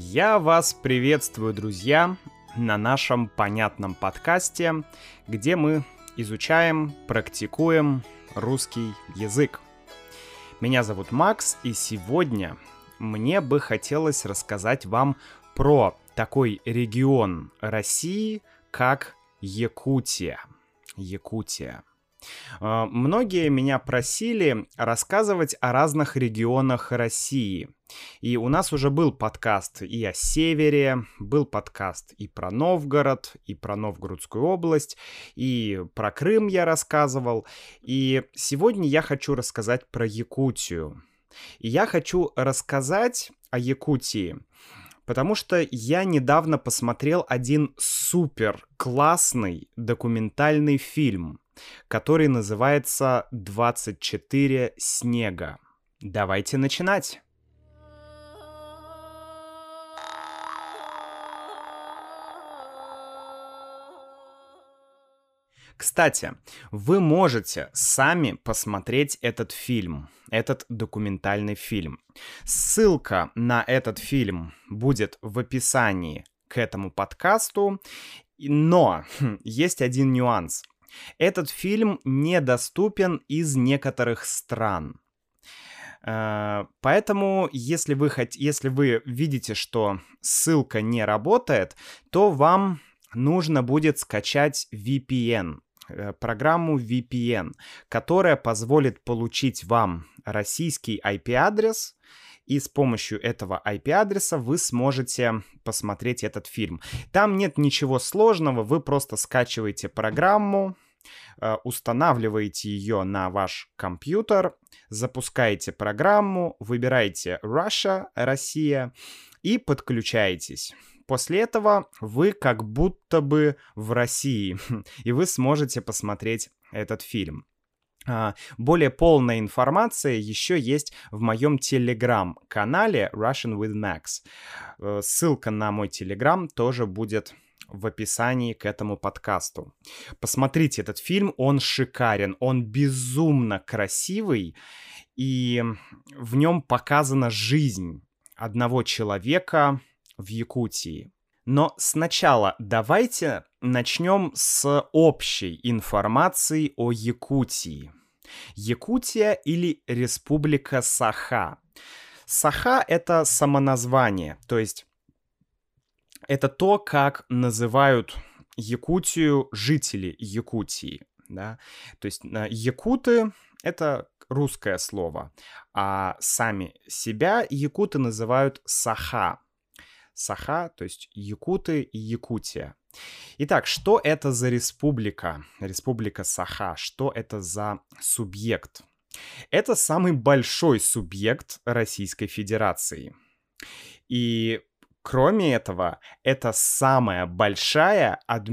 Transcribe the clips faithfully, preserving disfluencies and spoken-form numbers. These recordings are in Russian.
Я вас приветствую, друзья, на нашем понятном подкасте, где мы изучаем, практикуем русский язык. Меня зовут Макс, и сегодня мне бы хотелось рассказать вам про такой регион России, как Якутия. Якутия. Многие меня просили рассказывать о разных регионах России. И у нас уже был подкаст и о севере, был подкаст и про Новгород, и про Новгородскую область, и про Крым я рассказывал. И сегодня я хочу рассказать про Якутию. И я хочу рассказать о Якутии, потому что я недавно посмотрел один супер классный документальный фильм, который называется «двадцать четыре снега». Давайте начинать! Кстати, вы можете сами посмотреть этот фильм, этот документальный фильм. Ссылка на этот фильм будет в описании к этому подкасту, но есть один нюанс. Этот фильм недоступен из некоторых стран. Поэтому, если вы, хот... если вы видите, что ссылка не работает, то вам нужно будет скачать ви пи эн, программу ви пи эн, которая позволит получить вам российский ай пи-адрес, и с помощью этого ай пи-адреса вы сможете посмотреть этот фильм. Там нет ничего сложного, вы просто скачиваете программу, устанавливаете ее на ваш компьютер, запускаете программу, выбираете Russia, Россия, и подключаетесь. После этого вы как будто бы в России, и вы сможете посмотреть этот фильм. Более полная информация еще есть в моем телеграм-канале Russian with Max. Ссылка на мой телеграм тоже будет в описании к этому подкасту. Посмотрите этот фильм, он шикарен, он безумно красивый, и в нем показана жизнь одного человека в Якутии. Но сначала давайте начнем с общей информации о Якутии. Якутия или Республика Саха. Саха — это самоназвание, то есть это то, как называют Якутию жители Якутии. Да? То есть якуты — это русское слово, а сами себя якуты называют Саха. Саха, то есть якуты и Якутия. Итак, что это за республика? Республика Саха. Что это за субъект? Это самый большой субъект Российской Федерации. И кроме этого, это самая большая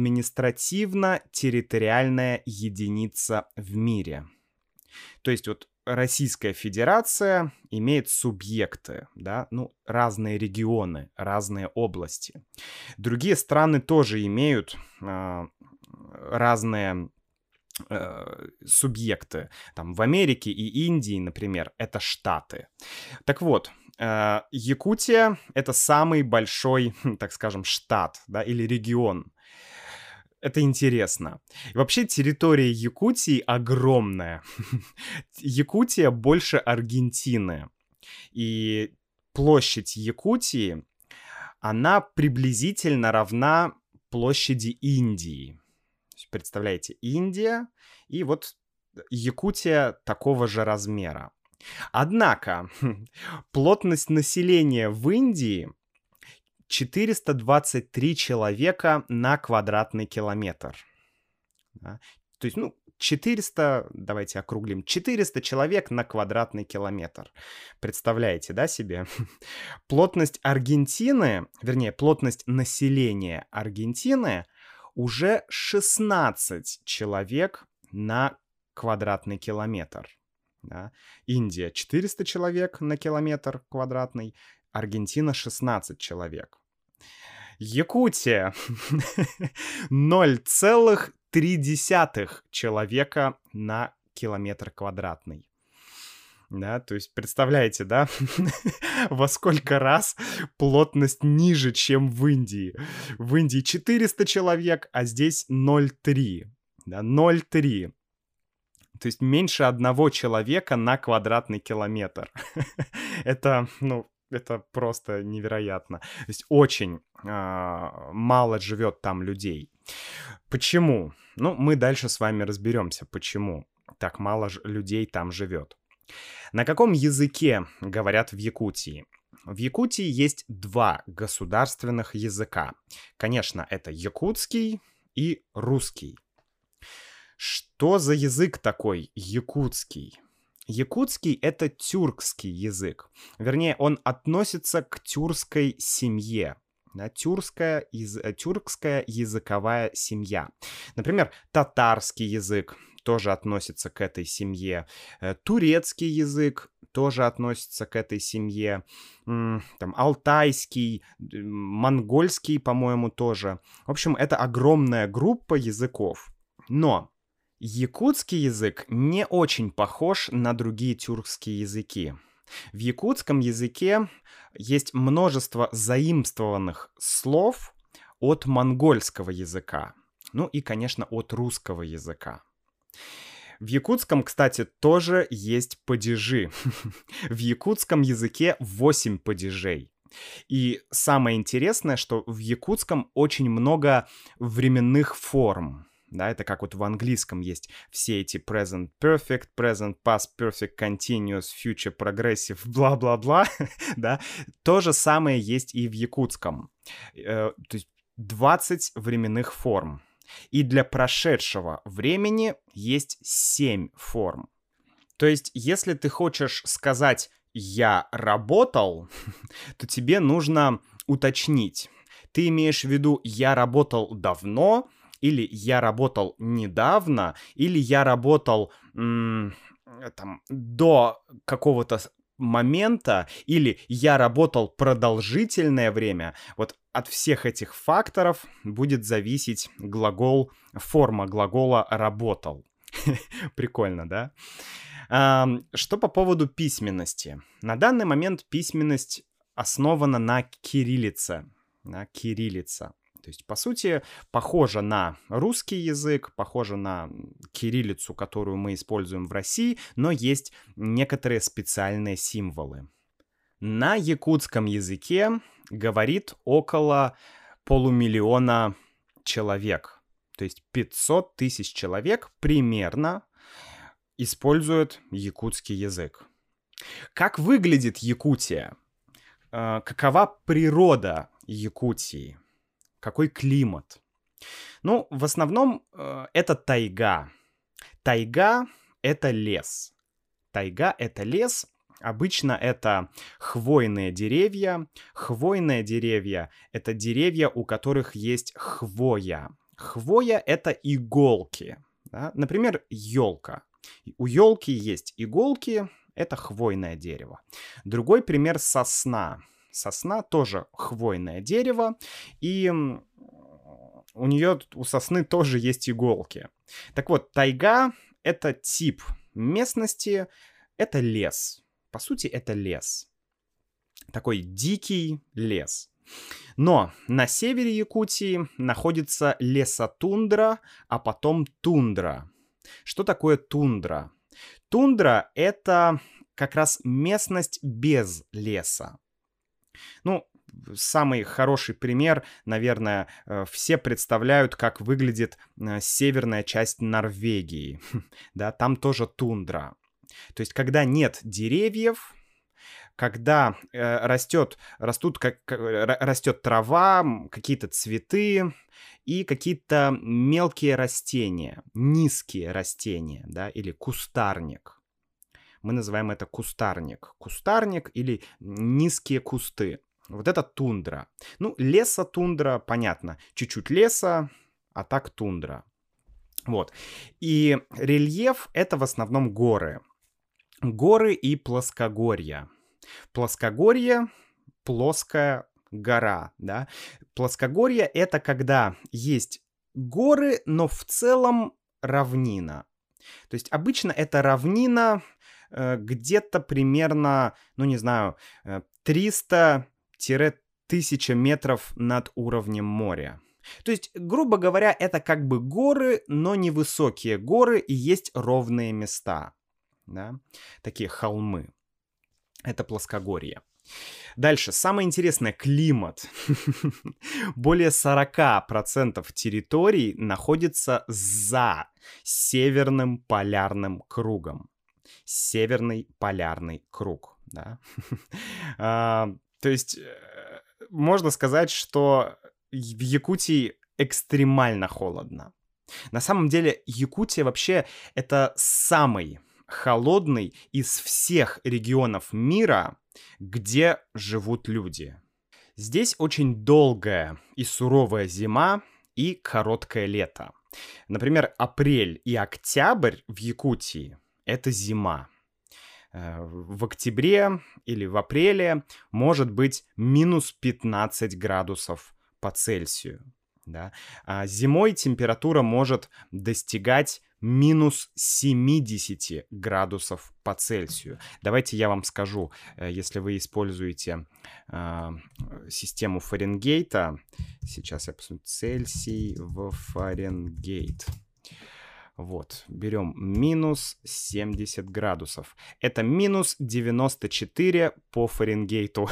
административно-территориальная единица в мире. То есть вот Российская Федерация имеет субъекты, да, ну, разные регионы, разные области. Другие страны тоже имеют э, разные э, субъекты. Там в Америке и Индии, например, это штаты. Так вот, э, Якутия — это самый большой, так скажем, штат, да, или регион. Это интересно. И вообще территория Якутии огромная. Якутия больше Аргентины. И площадь Якутии, она приблизительно равна площади Индии. Представляете, Индия и вот Якутия такого же размера. Однако плотность населения в Индии четыреста двадцать три человека на квадратный километр. Да? То есть, ну, четыреста, давайте округлим, четыреста человек на квадратный километр. Представляете, да, себе? Плотность Аргентины, вернее, плотность населения Аргентины уже шестнадцать человек на квадратный километр. Да? Индия четыреста человек на километр квадратный, Аргентина шестнадцать человек. Якутия ноль целых три десятых человека на километр квадратный. Да, то есть представляете, да, во сколько раз плотность ниже, чем в Индии. В Индии четыреста человек, а здесь ноль целых три. Да, ноль целых три. То есть меньше одного человека на квадратный километр. Это, ну, это просто невероятно. То есть очень а, мало живет там людей. Почему? Ну, мы дальше с вами разберемся, почему так мало ж- людей там живет. На каком языке говорят в Якутии? В Якутии есть два государственных языка. Конечно, это якутский и русский. Что за язык такой якутский? Якутский — это тюркский язык. Вернее, он относится к тюркской семье. Да, тюркская, яз... э, тюркская языковая семья. Например, татарский язык тоже относится к этой семье. Э, Турецкий язык тоже относится к этой семье. М, Там, алтайский, д- монгольский, по-моему, тоже. В общем, это огромная группа языков. Но якутский язык не очень похож на другие тюркские языки. В якутском языке есть множество заимствованных слов от монгольского языка. Ну и, конечно, от русского языка. В якутском, кстати, тоже есть падежи. В якутском языке восемь падежей. И самое интересное, что в якутском очень много временных форм. Да, это как вот в английском есть все эти present perfect, present past perfect, continuous, future progressive, бла-бла-бла, да. То же самое есть и в якутском. Э, то есть двадцать временных форм. И для прошедшего времени есть семь форм. То есть, если ты хочешь сказать «я работал», то тебе нужно уточнить. Ты имеешь в виду «я работал давно», или «я работал недавно», или «я работал м, там, до какого-то с- момента», или «я работал продолжительное время». Вот от всех этих факторов будет зависеть глагол, форма глагола «работал». Прикольно, да? Ам, Что по поводу письменности? На данный момент письменность основана на кириллице. На кириллица. То есть, по сути, похожа на русский язык, похожа на кириллицу, которую мы используем в России, но есть некоторые специальные символы. На якутском языке говорит около полумиллиона человек. То есть пятьсот тысяч человек примерно используют якутский язык. Как выглядит Якутия? Э, Какова природа Якутии? Какой климат? Ну, в основном э, это тайга. Тайга — это лес. Тайга — это лес. Обычно это хвойные деревья. Хвойные деревья — это деревья, у которых есть хвоя. Хвоя — это иголки. Да? Например, елка. У елки есть иголки, это хвойное дерево. Другой пример — сосна. Сосна тоже хвойное дерево, и м, у нее, у сосны тоже есть иголки. Так вот, тайга — это тип местности, это лес. По сути, это лес. Такой дикий лес. Но на севере Якутии находится лесотундра, а потом тундра. Что такое тундра? Тундра — это как раз местность без леса. Ну, самый хороший пример, наверное, э, все представляют, как выглядит э, северная часть Норвегии. Да, там тоже тундра. То есть, когда нет деревьев, когда э, растет, растут, как, как- ра- растет трава, м, какие-то цветы и какие-то мелкие растения, низкие растения, да, или кустарник. Мы называем это кустарник. Кустарник или низкие кусты. Вот это тундра. Ну, лесотундра, понятно. Чуть-чуть леса, а так тундра. Вот. И рельеф — это в основном горы. Горы и плоскогорья. Плоскогорье — плоская гора, да. Плоскогорье — это когда есть горы, но в целом равнина. То есть обычно это равнина э, где-то примерно, ну не знаю, э, триста-тысяча метров над уровнем моря. То есть, грубо говоря, это как бы горы, но невысокие горы, и есть ровные места, да, такие холмы. Это плоскогорье. Дальше, самое интересное, климат. Более сорок процентов территорий находится за северным полярным кругом. Северный полярный круг, да. А, то есть, э, можно сказать, что в Якутии экстремально холодно. На самом деле, Якутия вообще это самый холодный из всех регионов мира, где живут люди. Здесь очень долгая и суровая зима и короткое лето. Например, апрель и октябрь в Якутии — это зима. В октябре или в апреле может быть минус пятнадцать градусов по Цельсию. Да? А зимой температура может достигать минус семьдесят градусов по Цельсию. Давайте я вам скажу, если вы используете э, систему Фаренгейта, сейчас я посмотрю, Цельсий в Фаренгейт. Вот, берем минус семьдесят градусов. Это минус девяносто четыре по Фаренгейту.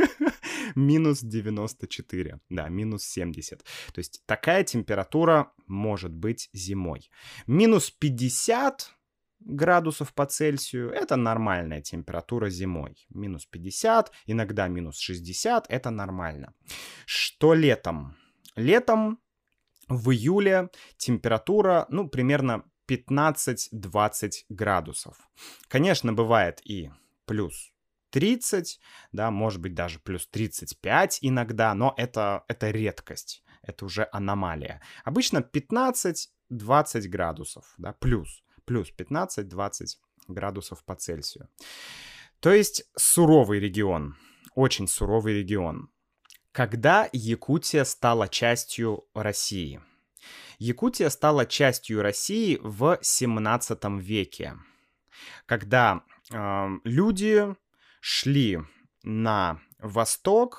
Минус девяносто четыре, да, минус семьдесят. То есть такая температура может быть зимой. Минус пятьдесят градусов по Цельсию — это нормальная температура зимой. Минус пятьдесят, иногда минус шестьдесят — это нормально. Что летом? Летом в июле температура, ну, примерно пятнадцать-двадцать градусов. Конечно, бывает и плюс тридцать, да, может быть даже плюс тридцать пять иногда, но это, это редкость, это уже аномалия. Обычно пятнадцать-двадцать градусов, да, плюс, плюс пятнадцать-двадцать градусов по Цельсию. То есть суровый регион, очень суровый регион. Когда Якутия стала частью России? Якутия стала частью России в семнадцатом веке, когда э, люди шли на восток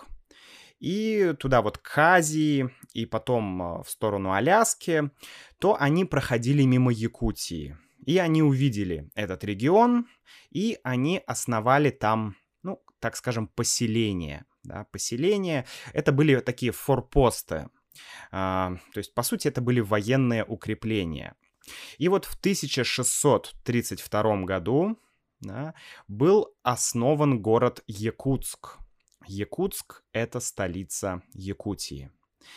и туда вот к Азии и потом в сторону Аляски, то они проходили мимо Якутии. И они увидели этот регион, и они основали там, ну, так скажем, поселения. Да, поселения. Это были такие форпосты. А, то есть, по сути, это были военные укрепления. И вот в тысяча шестьсот тридцать втором году, да, был основан город Якутск. Якутск — это столица Якутии.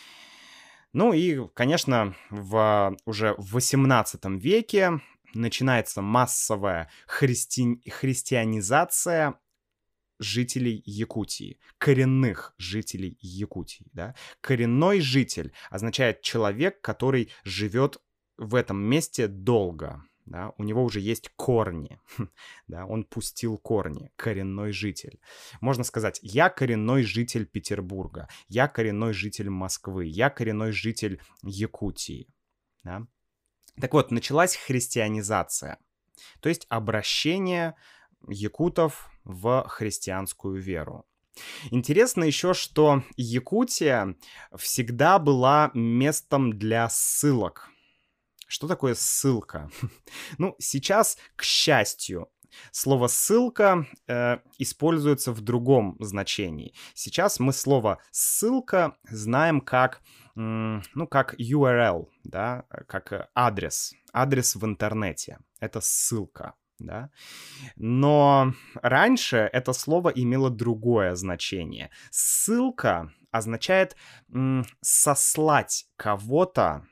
Ну и, конечно, в, уже в восемнадцатом веке начинается массовая христи... христианизация жителей Якутии, коренных жителей Якутии. Да? Коренной житель означает человек, который живет в этом месте долго. Да? У него уже есть корни. Да? Он пустил корни. Коренной житель. Можно сказать, я коренной житель Петербурга, я коренной житель Москвы, я коренной житель Якутии. Да? Так вот, началась христианизация, то есть обращение якутов в христианскую веру. Интересно еще, что Якутия всегда была местом для ссылок. Что такое ссылка? Ну, сейчас, к счастью, слово «ссылка» э, используется в другом значении. Сейчас мы слово «ссылка» знаем как, м, ну, как ю ар эл, да, как адрес, адрес в интернете. Это ссылка. Да? Но раньше это слово имело другое значение. Ссылка означает м, сослать кого-то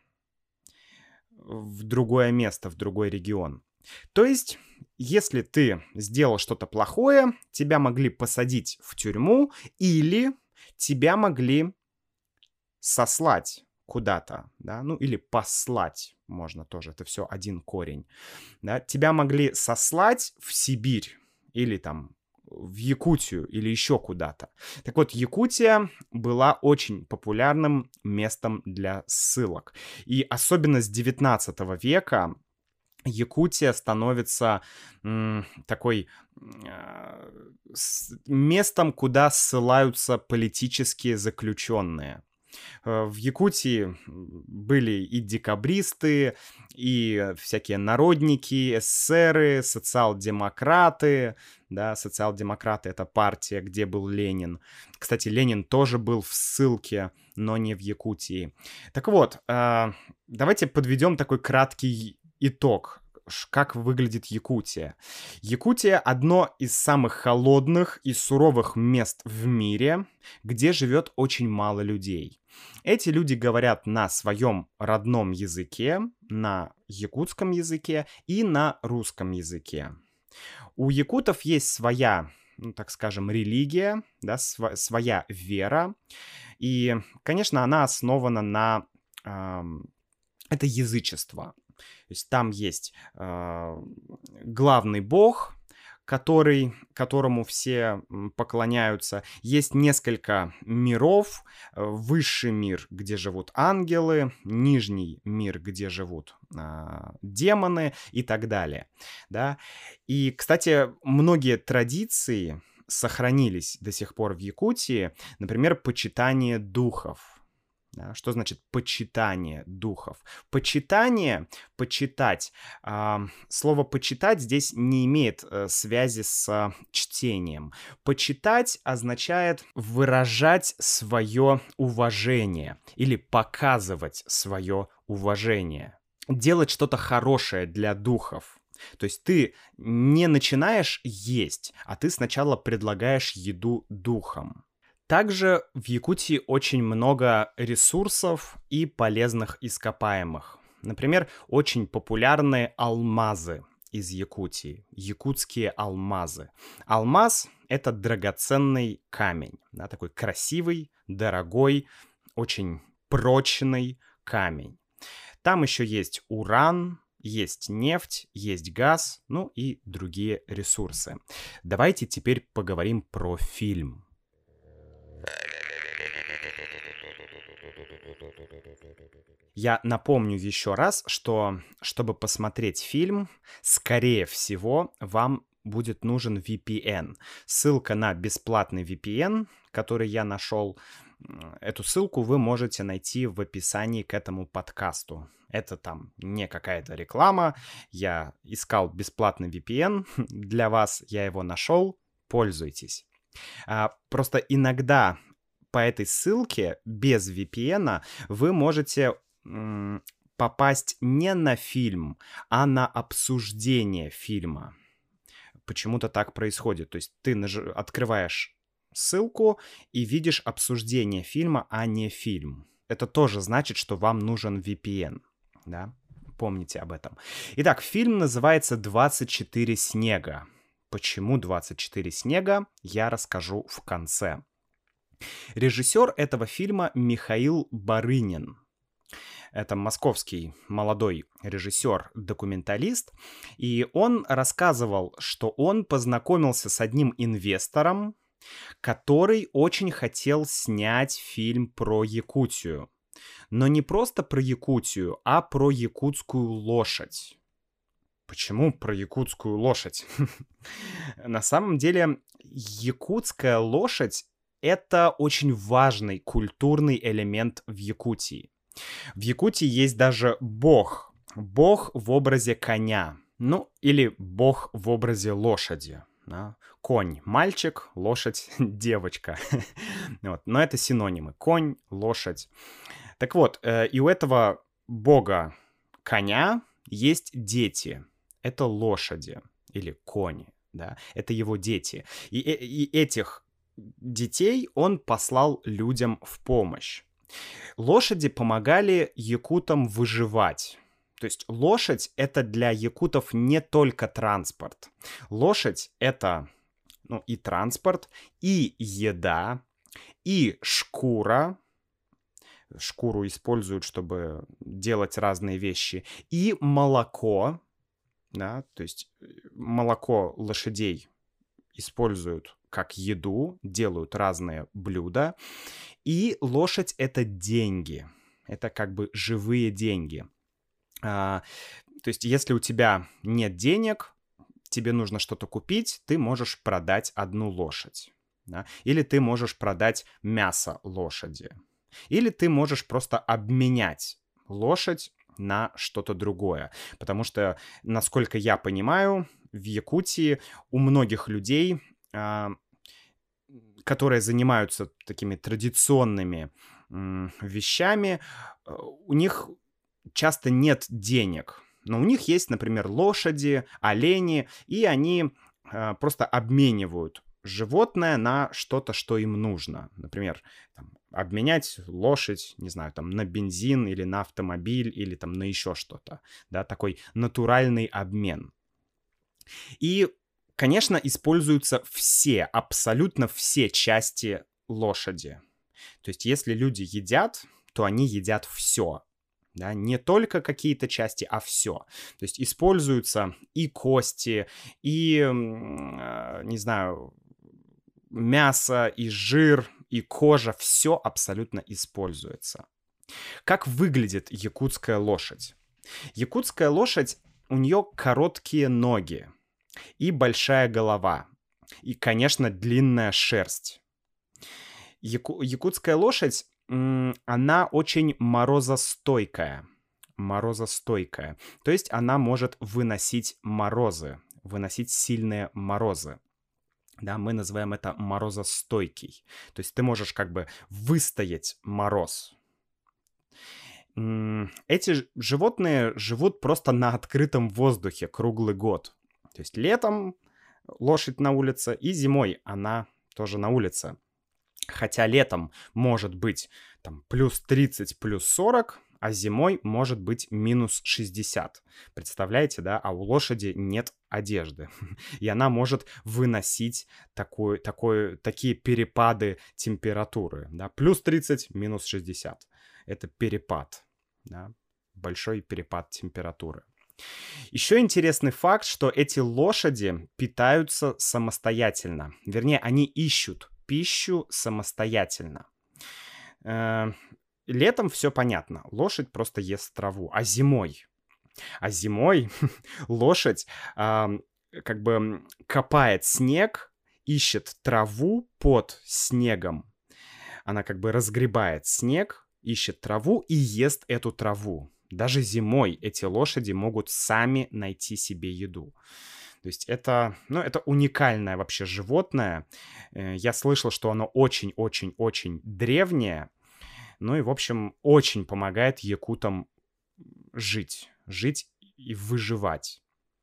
в другое место, в другой регион. То есть, если ты сделал что-то плохое, тебя могли посадить в тюрьму или тебя могли сослать куда-то, да, ну или послать, можно тоже, это все один корень, да, тебя могли сослать в Сибирь или там в Якутию или еще куда-то. Так вот, Якутия была очень популярным местом для ссылок, и особенно с девятнадцатого века Якутия становится м, такой э, с- местом, куда ссылаются политические заключенные. Э, В Якутии были и декабристы, и всякие народники, эсеры, социал-демократы. Да, социал-демократы — это партия, где был Ленин. Кстати, Ленин тоже был в ссылке, но не в Якутии. Так вот, э, давайте подведем такой краткий итог. Ш- Как выглядит Якутия? Якутия — одно из самых холодных и суровых мест в мире, где живет очень мало людей. Эти люди говорят на своем родном языке, на якутском языке и на русском языке. У якутов есть своя, ну, так скажем, религия, да, сва- своя вера. И, конечно, она основана на... ам, это язычество. То есть там есть а, главный бог, который, которому все м, поклоняются. Есть несколько миров. Э, Высший мир, где живут ангелы, нижний мир, где живут а, демоны и так далее. Да? И, кстати, многие традиции сохранились до сих пор в Якутии. Например, почитание духов. Да, что значит почитание духов? Почитание, почитать. а, Слово почитать здесь не имеет э, связи с а, чтением. Почитать означает выражать свое уважение или показывать свое уважение. Делать что-то хорошее для духов. То есть ты не начинаешь есть, а ты сначала предлагаешь еду духам. Также в Якутии очень много ресурсов и полезных ископаемых. Например, очень популярны алмазы из Якутии, якутские алмазы. Алмаз — это драгоценный камень, да, такой красивый, дорогой, очень прочный камень. Там еще есть уран, есть нефть, есть газ, ну и другие ресурсы. Давайте теперь поговорим про фильм. Я напомню еще раз, что чтобы посмотреть фильм, скорее всего, вам будет нужен ви пи эн. Ссылка на бесплатный ви пи эн, который я нашел, м, эту ссылку вы можете найти в описании к этому подкасту. Это там не какая-то реклама. Я искал бесплатный ви пи эн для вас, я его нашел. Пользуйтесь. А, просто иногда по этой ссылке без ви пи эн вы можете м, попасть не на фильм, а на обсуждение фильма. Почему-то так происходит. То есть ты наж- открываешь ссылку и видишь обсуждение фильма, а не фильм. Это тоже значит, что вам нужен ви пи эн. Да? Помните об этом. Итак, фильм называется «двадцать четыре снега». Почему двадцать четыре снега, я расскажу в конце. Режиссер этого фильма Михаил Барынин. Это московский молодой режиссер-документалист. И он рассказывал, что он познакомился с одним инвестором, который очень хотел снять фильм про Якутию. Но не просто про Якутию, а про якутскую лошадь. Почему про якутскую лошадь? На самом деле, якутская лошадь — это очень важный культурный элемент в Якутии. В Якутии есть даже бог. Бог в образе коня. Ну, или бог в образе лошади. Да? Конь — мальчик, лошадь — девочка. Вот. Но это синонимы. Конь, лошадь. Так вот, э, и у этого бога коня есть дети. Это лошади или кони. Да? Это его дети. И, э- и этих детей он послал людям в помощь. Лошади помогали якутам выживать. То есть лошадь — это для якутов не только транспорт. Лошадь — это, ну, и транспорт, и еда, и шкура. Шкуру используют, чтобы делать разные вещи. И молоко, да, то есть э, молоко лошадей используют как еду, делают разные блюда. И лошадь — это деньги. Это как бы живые деньги. А, То есть если у тебя нет денег, тебе нужно что-то купить, ты можешь продать одну лошадь. Да? Или ты можешь продать мясо лошади. Или ты можешь просто обменять лошадь на что-то другое. Потому что, насколько я понимаю, в Якутии у многих людей, а, которые занимаются такими традиционными м, вещами, э, у них часто нет денег. Но у них есть, например, лошади, олени, и они э, просто обменивают животное на что-то, что им нужно. Например, там, обменять лошадь, не знаю, там, на бензин или на автомобиль или там на еще что-то. Да, такой натуральный обмен. И, конечно, используются все, абсолютно все части лошади. То есть если люди едят, то они едят все. Да, не только какие-то части, а все. То есть используются и кости, и, э, не знаю, мясо, и жир, и кожа. Все абсолютно используется. Как выглядит якутская лошадь? Якутская лошадь, у нее короткие ноги и большая голова. И, конечно, длинная шерсть. Яку- якутская лошадь, м, она очень морозостойкая. Морозостойкая. То есть она может выносить морозы, выносить сильные морозы. Да, мы называем это морозостойкий. То есть ты можешь как бы выстоять мороз. М, Эти ж- животные живут просто на открытом воздухе круглый год. То есть летом лошадь на улице, и зимой она тоже на улице. Хотя летом может быть там плюс тридцать, плюс сорок, а зимой может быть минус шестьдесят. Представляете, да? А у лошади нет одежды. И она может выносить такой, такой, такие перепады температуры. Да? Плюс тридцать, минус шестьдесят. Это перепад. Да? Большой перепад температуры. Еще интересный факт, что эти лошади питаются самостоятельно. Вернее, они ищут пищу самостоятельно. Э, Летом все понятно. Лошадь просто ест траву. А зимой? А зимой лошадь а, как бы копает снег, ищет траву под снегом. Она как бы разгребает снег, ищет траву и ест эту траву. Даже зимой эти лошади могут сами найти себе еду. То есть это, ну, это уникальное вообще животное. Э, Я слышал, что оно очень-очень-очень древнее. Ну и, в общем, очень помогает якутам жить. Жить и выживать.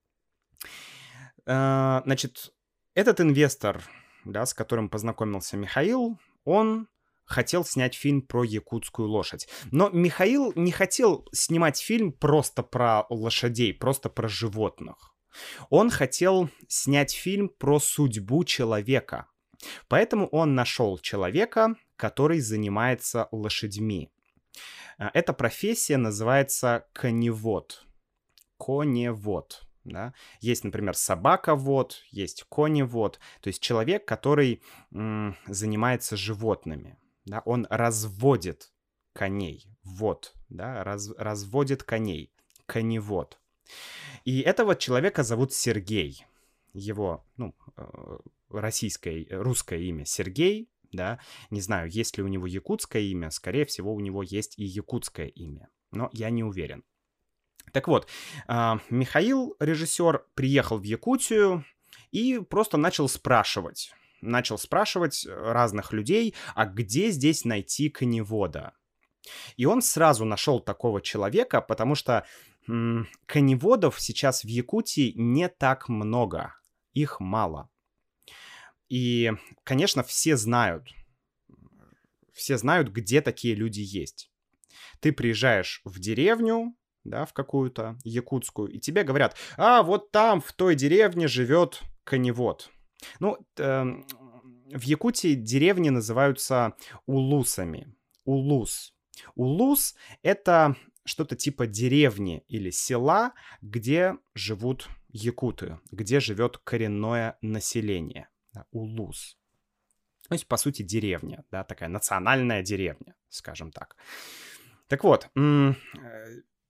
Э, Значит, этот инвестор, да, с которым познакомился Михаил, он хотел снять фильм про якутскую лошадь. Но Михаил не хотел снимать фильм просто про лошадей, просто про животных. Он хотел снять фильм про судьбу человека. Поэтому он нашел человека, который занимается лошадьми. А, Эта профессия называется коневод. Коневод. Да? Есть, например, собаковод, есть коневод. То есть человек, который м, занимается животными. Да? Он разводит коней. Вот. Да? Раз, разводит коней. Коневод. И этого человека зовут Сергей. Его, ну, э, российское, русское имя Сергей, да. Не знаю, есть ли у него якутское имя. Скорее всего, у него есть и якутское имя. Но я не уверен. Так вот, а, Михаил, режиссер, приехал в Якутию и просто начал спрашивать. Начал спрашивать разных людей, а где здесь найти коневода? И он сразу нашел такого человека, потому что м, коневодов сейчас в Якутии не так много. Их мало. И, конечно, все знают, все знают, где такие люди есть. Ты приезжаешь в деревню, да, в какую-то якутскую, и тебе говорят, а вот там, в той деревне живет коневод. Ну, эм, в Якутии деревни называются улусами. Улус. Улус — это что-то типа деревни или села, где живут якуты, где живет коренное население. Да, улус. То есть, по сути, деревня, да, такая национальная деревня, скажем так. Так вот, м, э,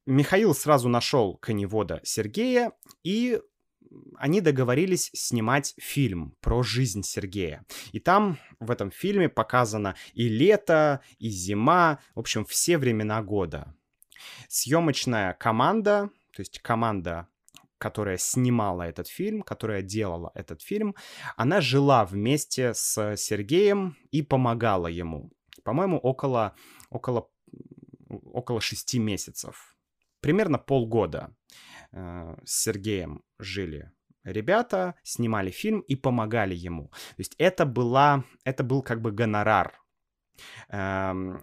Михаил сразу нашел коневода Сергея, и они договорились снимать фильм про жизнь Сергея. И там в этом фильме показано и лето, и зима, в общем, все времена года. Съемочная команда, то есть команда, которая снимала этот фильм, которая делала этот фильм, она жила вместе с Сергеем и помогала ему. По-моему, около, около, около шести месяцев. Примерно полгода э, с Сергеем жили ребята, снимали фильм и помогали ему. То есть это, была, это был как бы гонорар. Эм,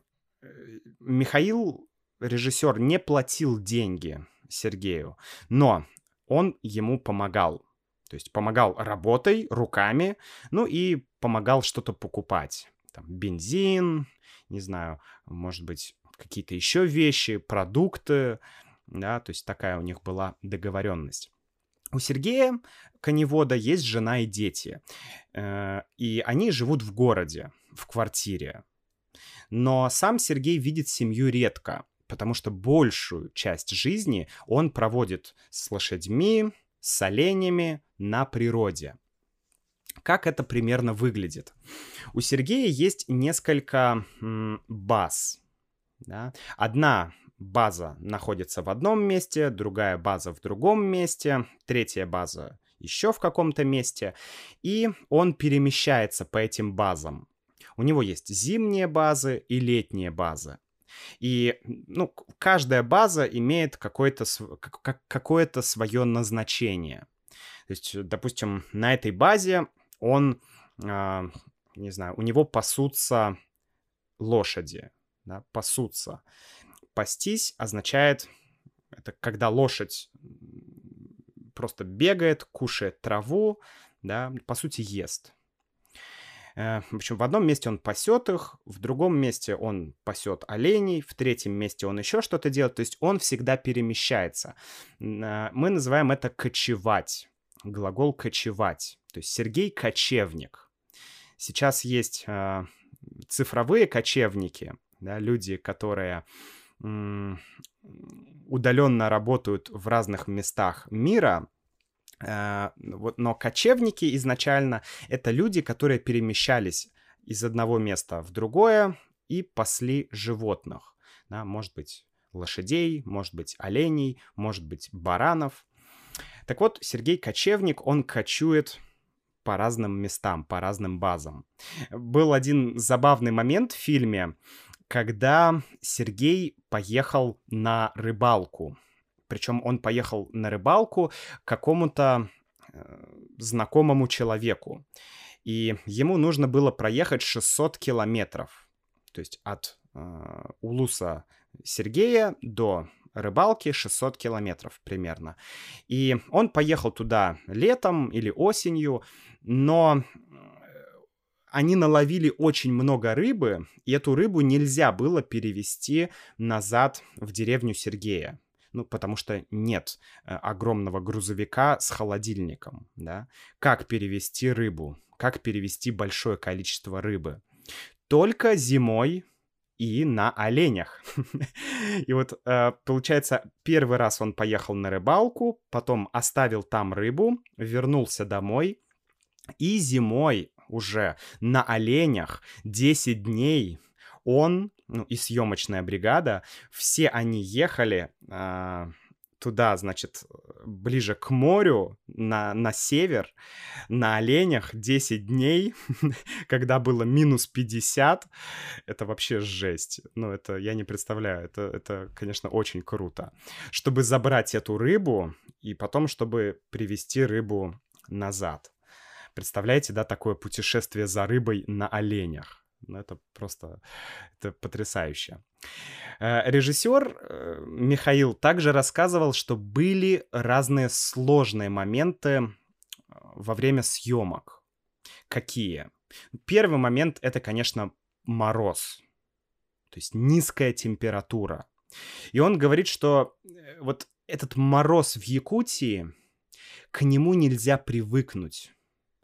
Михаил, режиссер, не платил деньги Сергею, но он ему помогал. То есть помогал работой, руками, ну и помогал что-то покупать. Там, бензин, не знаю, может быть, какие-то еще вещи, продукты, да, то есть такая у них была договоренность. У Сергея коневода есть жена и дети, э, и они живут в городе, в квартире. Но сам Сергей видит семью редко, потому что большую часть жизни он проводит с лошадьми, с оленями на природе. Как это примерно выглядит? У Сергея есть несколько м, баз. Да? Одна база находится в одном месте, другая база в другом месте, третья база еще в каком-то месте, и он перемещается по этим базам. У него есть зимние базы и летние базы. И ну, каждая база имеет какое-то, какое-то свое назначение. То есть, допустим, на этой базе он, э, не знаю, у него пасутся лошади, да, пасутся. Пастись означает, это когда лошадь просто бегает, кушает траву, да, по сути, ест. В общем, в одном месте он пасет их, в другом месте он пасет оленей, в третьем месте он еще что-то делает. То есть он всегда перемещается. Мы называем это кочевать. Глагол кочевать. То есть Сергей кочевник. Сейчас есть э, цифровые кочевники, да, люди, которые м- удаленно работают в разных местах мира. Вот, но кочевники изначально — это люди, которые перемещались из одного места в другое и пасли животных. Да, может быть, лошадей, может быть, оленей, может быть, баранов. Так вот, Сергей кочевник, он кочует по разным местам, по разным базам. Был один забавный момент в фильме, когда Сергей поехал на рыбалку. Причем он поехал на рыбалку к какому-то э, знакомому человеку. И ему нужно было проехать шестьсот километров. То есть от э, улуса Сергея до рыбалки шестьсот километров примерно. И он поехал туда летом или осенью, но они наловили очень много рыбы, и эту рыбу нельзя было перевезти назад в деревню Сергея. Ну, потому что нет э, огромного грузовика с холодильником, да. Как перевезти рыбу? Как перевезти большое количество рыбы? Только зимой и на оленях. И вот, э, получается, первый раз он поехал на рыбалку, потом оставил там рыбу, вернулся домой, и зимой уже на оленях десять дней он, ну и съемочная бригада, все они ехали э, туда, значит, ближе к морю, на, на север, на оленях десять дней, когда было минус пятьдесят. Это вообще жесть. Ну, это я не представляю. Это, это, конечно, очень круто. Чтобы забрать эту рыбу и потом, чтобы привезти рыбу назад. Представляете, да, такое путешествие за рыбой на оленях? Ну, это просто это потрясающе. Режиссер Михаил также рассказывал, что были разные сложные моменты во время съемок. Какие? Первый момент — это, конечно, мороз. То есть низкая температура. И он говорит, что вот этот мороз в Якутии, к нему нельзя привыкнуть.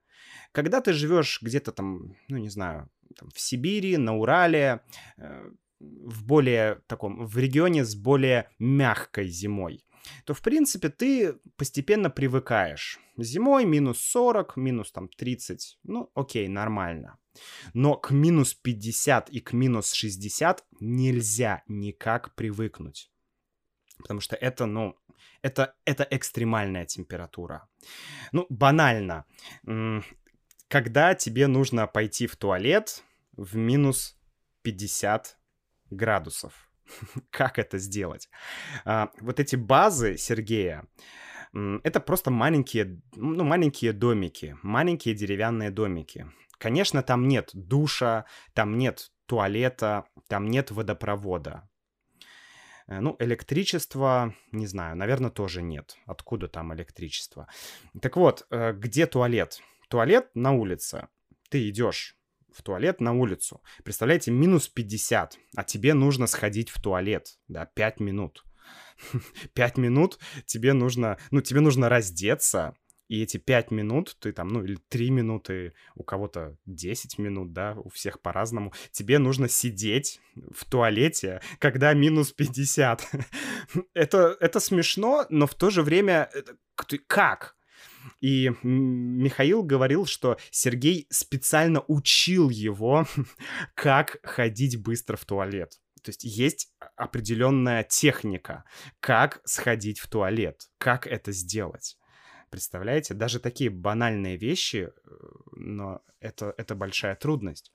Когда ты живешь где-то там, ну, не знаю, там, в Сибири, на Урале, э, в более таком, в регионе с более мягкой зимой, то, в принципе, ты постепенно привыкаешь. Зимой минус сорок, минус там тридцать, ну, окей, нормально. Но к минус пятьдесят и к минус шестьдесят нельзя никак привыкнуть. Потому что это, ну, это, это экстремальная температура. Ну, банально. Когда тебе нужно пойти в туалет в минус пятьдесят градусов. Как это сделать? А, вот эти базы Сергея, это просто маленькие, ну, маленькие домики, маленькие деревянные домики. Конечно, там нет душа, там нет туалета, там нет водопровода. Ну, электричества, не знаю, наверное, тоже нет. Откуда там электричество? Так вот, где туалет? Туалет на улице. Ты идешь в туалет на улицу. Представляете, минус пятьдесят, а тебе нужно сходить в туалет, да, пять минут. пять минут тебе нужно, ну, тебе нужно раздеться, и эти пять минут, ты там, ну, или три минуты, у кого-то десять минут, да, у всех по-разному, тебе нужно сидеть в туалете, когда минус пятьдесят. это, это смешно, но в то же время, как? И Михаил говорил, что Сергей специально учил его, как ходить быстро в туалет. То есть есть определенная техника, как сходить в туалет, как это сделать. Представляете? Даже такие банальные вещи, но это, это большая трудность.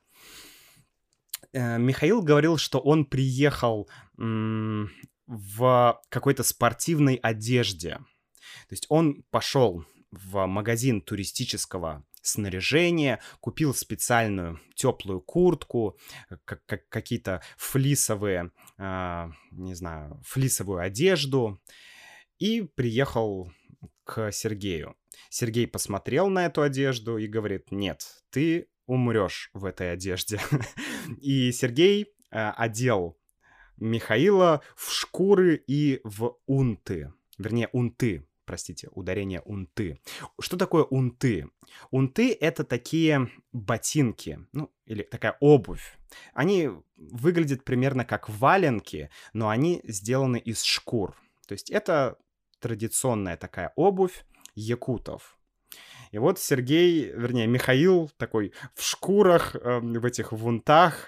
Михаил говорил, что он приехал м- в какой-то спортивной одежде. То есть он пошел в магазин туристического снаряжения, купил специальную теплую куртку, как, как, какие-то флисовые, э, не знаю, флисовую одежду и приехал к Сергею. Сергей посмотрел на эту одежду и говорит: нет, ты умрешь в этой одежде. И Сергей э, одел Михаила в шкуры и в унты. Вернее, унты. Простите, ударение унты. Что такое унты? Унты — это такие ботинки, ну, или такая обувь. Они выглядят примерно как валенки, но они сделаны из шкур. То есть это традиционная такая обувь якутов. И вот Сергей, вернее, Михаил такой в шкурах, э, в этих вунтах,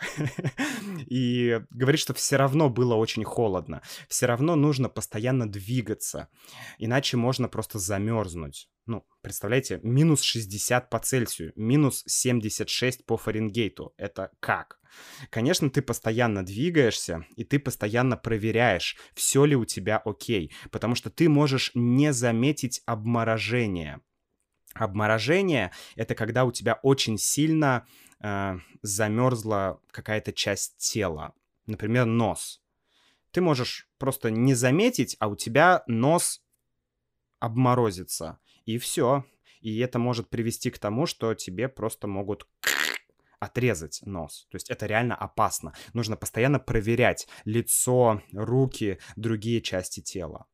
и говорит, что все равно было очень холодно. Все равно нужно постоянно двигаться, иначе можно просто замерзнуть. Ну, представляете, минус шестьдесят по Цельсию, минус семьдесят шесть по Фаренгейту. Это как? Конечно, ты постоянно двигаешься, и ты постоянно проверяешь, все ли у тебя окей, потому что ты можешь не заметить обморожение. Обморожение — это когда у тебя очень сильно э, замерзла какая-то часть тела. Например, нос. Ты можешь просто не заметить, а у тебя нос обморозится. И все. И это может привести к тому, что тебе просто могут отрезать нос. То есть это реально опасно. Нужно постоянно проверять лицо, руки, другие части тела.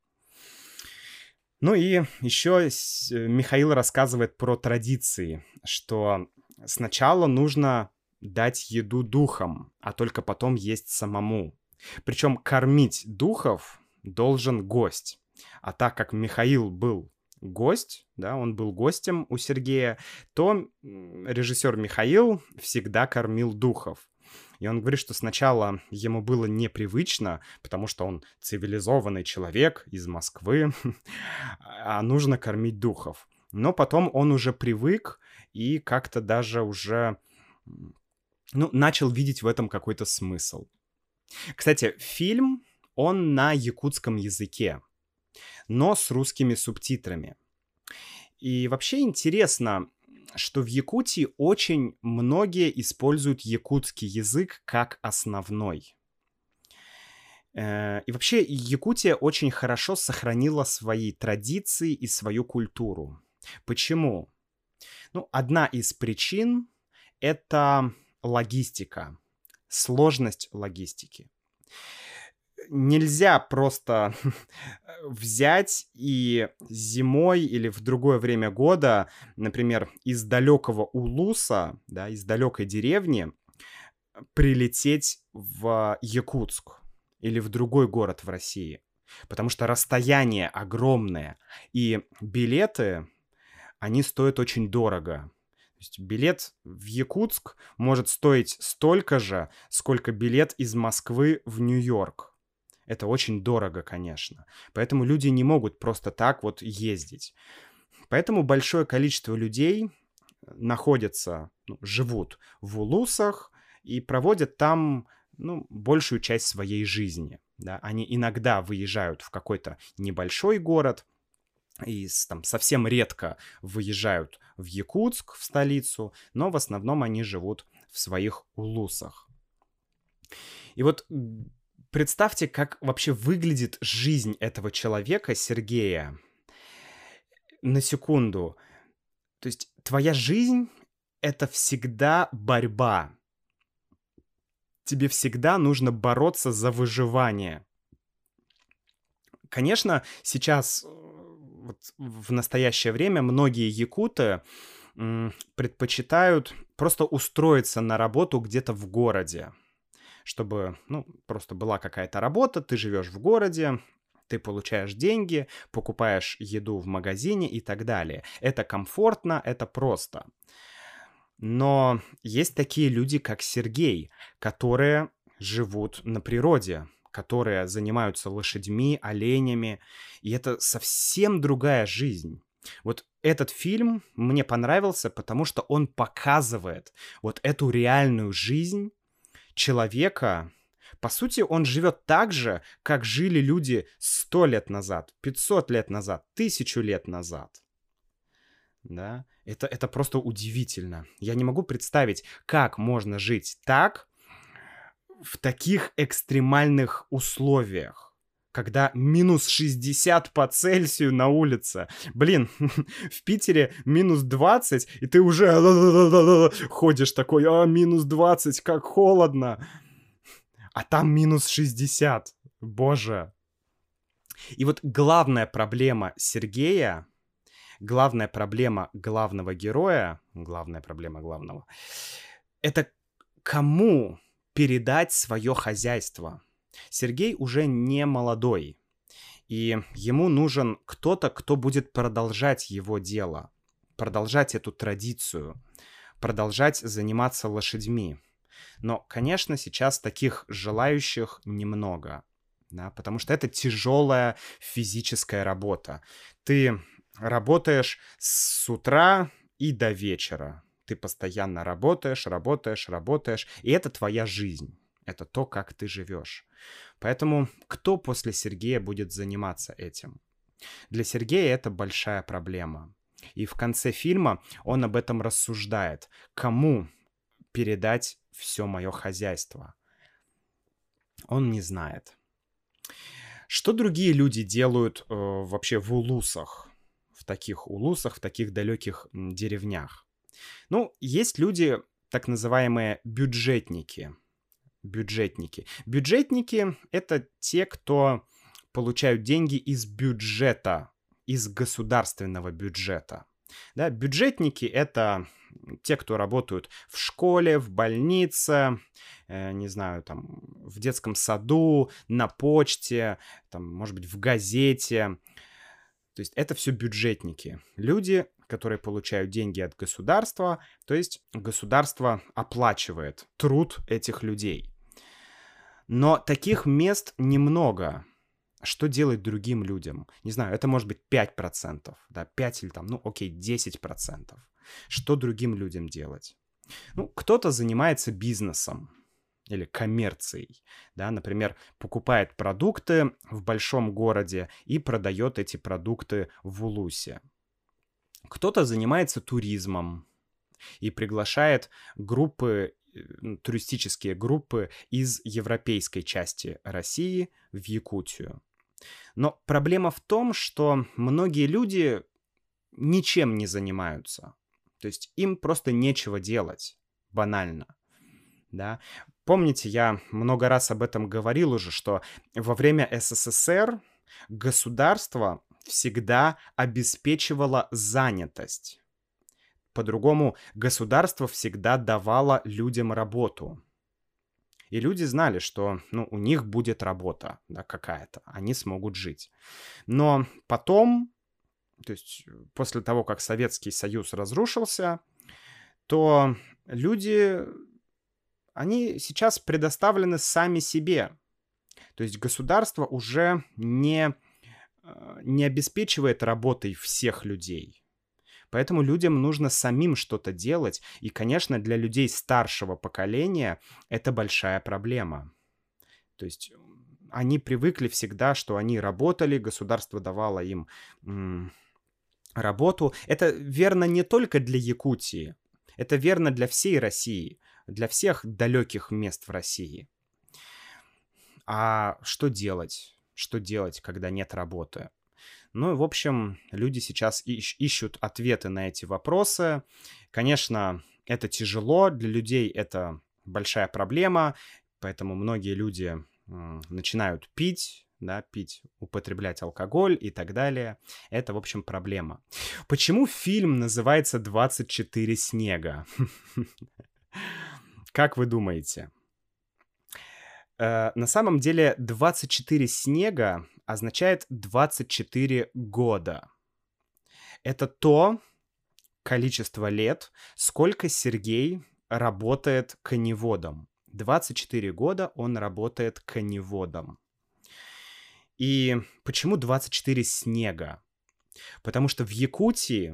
Ну и еще Михаил рассказывает про традиции, что сначала нужно дать еду духам, а только потом есть самому. Причем кормить духов должен гость. А так как Михаил был гость, да, он был гостем у Сергея, то режиссер Михаил всегда кормил духов. И он говорит, что сначала ему было непривычно, потому что он цивилизованный человек из Москвы, а нужно кормить духов. Но потом он уже привык и как-то даже уже, ну, начал видеть в этом какой-то смысл. Кстати, фильм, он на якутском языке, но с русскими субтитрами. И вообще интересно, что в Якутии очень многие используют якутский язык как основной. И вообще Якутия очень хорошо сохранила свои традиции и свою культуру. Почему? Ну, одна из причин — это логистика, сложность логистики. Нельзя просто взять и зимой или в другое время года, например, из далекого Улуса, да, из далекой деревни, прилететь в Якутск или в другой город в России, потому что расстояние огромное, и билеты, они стоят очень дорого. То есть билет в Якутск может стоить столько же, сколько билет из Москвы в Нью-Йорк. Это очень дорого, конечно. Поэтому люди не могут просто так вот ездить. Поэтому большое количество людей находятся, ну, живут в улусах и проводят там, ну, большую часть своей жизни. Да? Они иногда выезжают в какой-то небольшой город и с- там совсем редко выезжают в Якутск, в столицу, но в основном они живут в своих улусах. И вот м, представьте, как вообще выглядит жизнь этого человека, Сергея, на секунду. То есть твоя жизнь — это всегда борьба. Тебе всегда нужно бороться за выживание. Конечно, сейчас, э, вот в настоящее время многие якуты м, предпочитают просто устроиться на работу где-то в городе, чтобы, ну, просто была какая-то работа, ты живешь в городе, ты получаешь деньги, покупаешь еду в магазине и так далее. Это комфортно, это просто. Но есть такие люди, как Сергей, которые живут на природе, которые занимаются лошадьми, оленями, и это совсем другая жизнь. Вот этот фильм мне понравился, потому что он показывает вот эту реальную жизнь человека. По сути, он живет так же, как жили люди сто лет назад, пятьсот лет назад, тысячу лет назад. Да, это, это просто удивительно. Я не могу представить, как можно жить так, в таких экстремальных условиях, когда минус шестьдесят по Цельсию на улице. Блин, в Питере минус двадцать, и ты уже ходишь такой, а, минус двадцать, как холодно. А там минус шестьдесят. Боже. И вот главная проблема Сергея, главная проблема главного героя, главная проблема главного, это кому передать свое хозяйство. Сергей уже не молодой, и ему нужен кто-то, кто будет продолжать его дело, продолжать эту традицию, продолжать заниматься лошадьми. Но, конечно, сейчас таких желающих немного, да, потому что это тяжелая физическая работа. Ты работаешь с утра и до вечера. Ты постоянно работаешь, работаешь, работаешь, и это твоя жизнь. Это то, как ты живешь. Поэтому кто после Сергея будет заниматься этим? Для Сергея это большая проблема. И в конце фильма он об этом рассуждает. Кому передать все мое хозяйство? Он не знает. Что другие люди делают э, вообще в улусах? В таких улусах, в таких далеких м, деревнях? Ну, есть люди, так называемые бюджетники. Бюджетники. Бюджетники — это те, кто получают деньги из бюджета, из государственного бюджета. Да, бюджетники — это те, кто работают в школе, в больнице, э, не знаю, там, в детском саду, на почте, там, может быть, в газете. То есть это все бюджетники. Люди, которые получают деньги от государства, то есть государство оплачивает труд этих людей. Но таких мест немного. Что делать другим людям? Не знаю, это может быть пять процентов, да, пять или там, ну окей, десять процентов. Что другим людям делать? Ну, кто-то занимается бизнесом или коммерцией, да, например, покупает продукты в большом городе и продает эти продукты в улусе. Кто-то занимается туризмом и приглашает группы, э, туристические группы из европейской части России в Якутию. Но проблема в том, что многие люди ничем не занимаются. То есть им просто нечего делать, банально. Да? Помните, я много раз об этом говорил уже, что во время СССР государство всегда обеспечивало занятость. По-другому, государство всегда давало людям работу. И люди знали, что, ну, у них будет работа, да, какая-то, они смогут жить. Но потом, то есть после того, как Советский Союз разрушился, то люди, они сейчас предоставлены сами себе. То есть государство уже не, э, не обеспечивает работой всех людей. Поэтому людям нужно самим что-то делать. И, конечно, для людей старшего поколения это большая проблема. То есть они привыкли всегда, что они работали, государство давало им м, работу. Это верно не только для Якутии. Это верно для всей России, для всех далеких мест в России. А что делать? Что делать, когда нет работы? Ну, в общем, люди сейчас ищ- ищут ответы на эти вопросы. Конечно, это тяжело, для людей это большая проблема, поэтому многие люди м, начинают пить, да, пить, употреблять алкоголь и так далее. Это, в общем, проблема. Почему фильм называется «двадцать четыре снега»? Как вы думаете? Э, На самом деле двадцать четыре снега означает двадцать четыре года. Это то количество лет, сколько Сергей работает коневодом. двадцать четыре года он работает коневодом. И почему двадцать четыре снега? Потому что в Якутии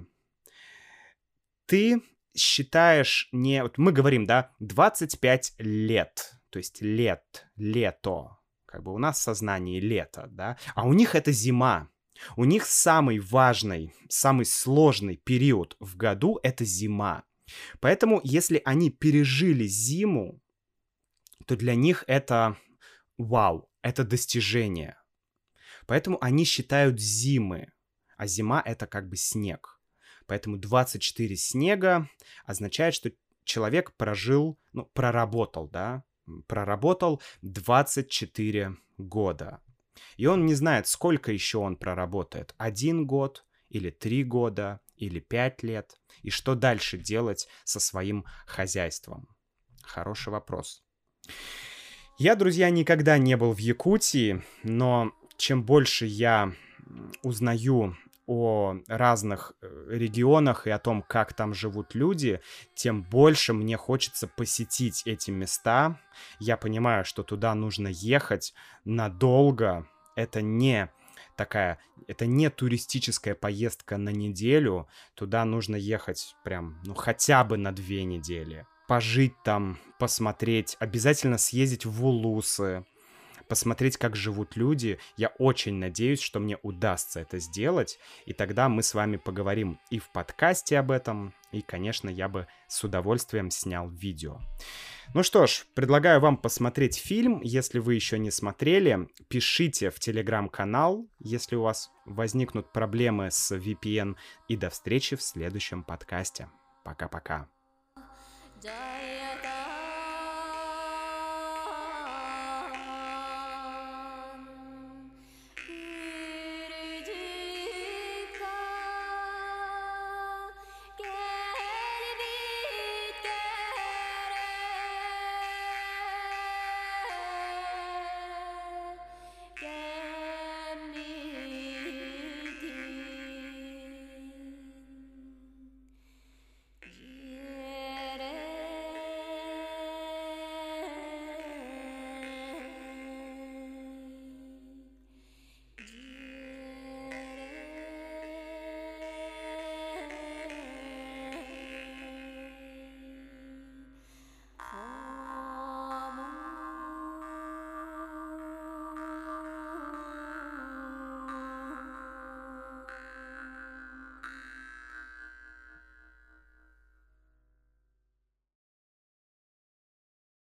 ты считаешь не... Вот мы говорим, да, двадцать пять лет, то есть лет, лето. Как бы у нас в сознании лето, да, а у них это зима. У них самый важный, самый сложный период в году — это зима. Поэтому, если они пережили зиму, то для них это вау, это достижение. Поэтому они считают зимы, а зима — это как бы снег. Поэтому двадцать четыре снега означает, что человек прожил, ну, проработал, да, проработал двадцать четыре года. И он не знает, сколько еще он проработает. Один год, или три года, или пять лет. И что дальше делать со своим хозяйством? Хороший вопрос. Я, друзья, никогда не был в Якутии, но чем больше я узнаю о разных регионах и о том, как там живут люди, тем больше мне хочется посетить эти места. Я понимаю, что туда нужно ехать надолго. Это не такая, это не туристическая поездка на неделю. Туда нужно ехать прям, ну, хотя бы на две недели. Пожить там, посмотреть, обязательно съездить в Улусы, посмотреть, как живут люди. Я очень надеюсь, что мне удастся это сделать, и тогда мы с вами поговорим и в подкасте об этом, и, конечно, я бы с удовольствием снял видео. Ну что ж, предлагаю вам посмотреть фильм. Если вы еще не смотрели, пишите в телеграм-канал, если у вас возникнут проблемы с ви пи эн, и до встречи в следующем подкасте. Пока-пока. Die